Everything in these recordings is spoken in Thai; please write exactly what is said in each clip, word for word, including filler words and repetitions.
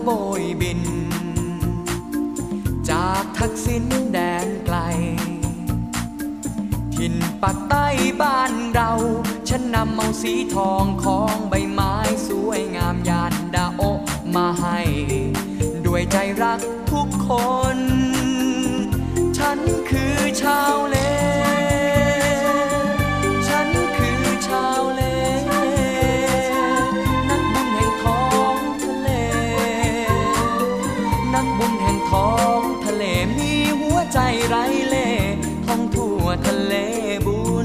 โบยบินจากทักษิณแดนไกลถิ่นปักใต้บ้านเราฉันนำเอาสีทองของใบไม้สวยงามยานดาโอมาให้ด้วยใจรักทุกคนฉันคือชาวเลฉันคือชาวเลนักบุญแห่งท้องทะเลนักบุญแห่งท้องทะเลมีหัวใจไร้เล่ท่องทั่วทะเลบุญ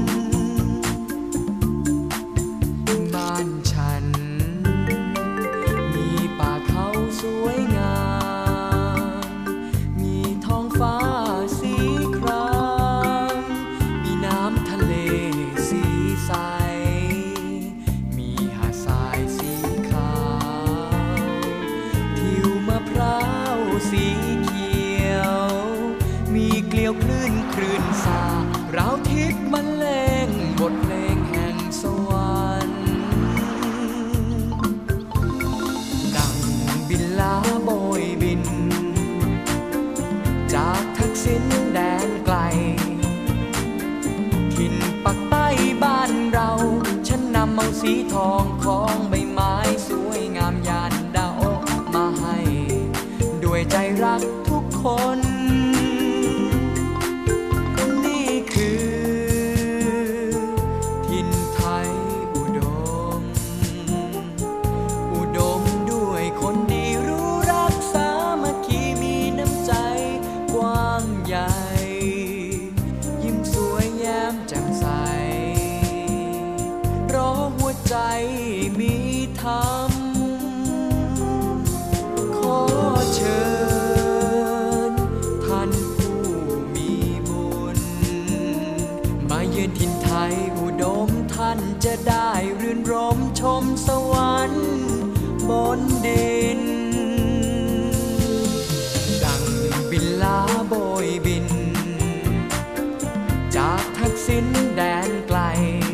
บ้านฉันมีป่าเขาสวยงามมีท้องฟ้าสีครามมีน้ำทะเลสีใสมีหาดทรายสีขาวทิวมะพร้าวสีเขียวมีเกลียวคลื่นคลื่นซาราวทิพย์บรรเลงบทเพลงแห่งสวรรค์ดังบินลาโบยบินจากทักษิณแดนไกลถิ่นปักใต้บ้านเราฉันนำเอาสีทองของใบไม้สวยงามยานดาโอมาให้ด้วยใจรักทุกคนนี่คือถิ่นไทยอุดมอุดมด้วยคนดีรู้รักสามัคคีมีน้ำใจกว้างใหญ่ยิ้มสวยแย้มแจ่มใสเพราะหัวใจมีธรรมขอเชิญท่านผู้มีบุญมาเยือนถิ่นไทยอุดมท่านจะได้รื่นรมชมสวรรค์บนดินดังบินลาโบยบินจากทักษิณแดนไกล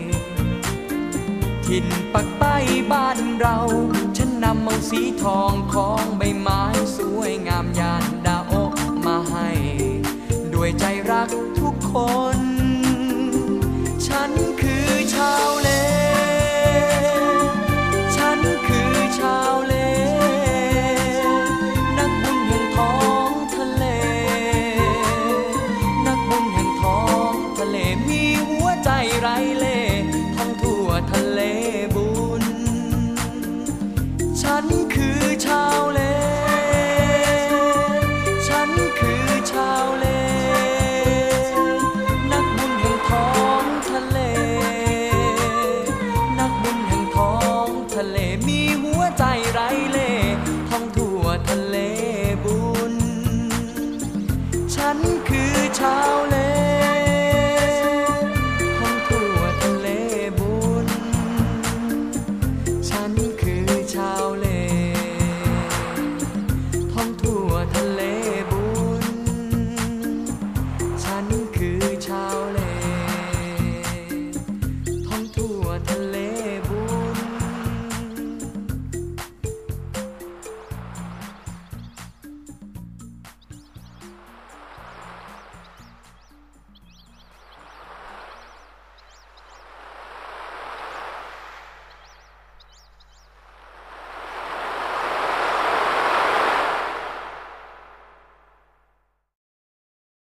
ถิ่นปักใต้บ้านเราฉันนำเอาสีทองของใบไม้สวยงามยานดาโอมาให้ด้วยใจรักทุกคนฉันคือชาวเลฉันคือชาวเลนักบุญแห่งท้องทะเลนักบุญแห่งท้องทะเลมีหัวใจไร้เล่ท่องทั่วทะเลบุญฉันคือ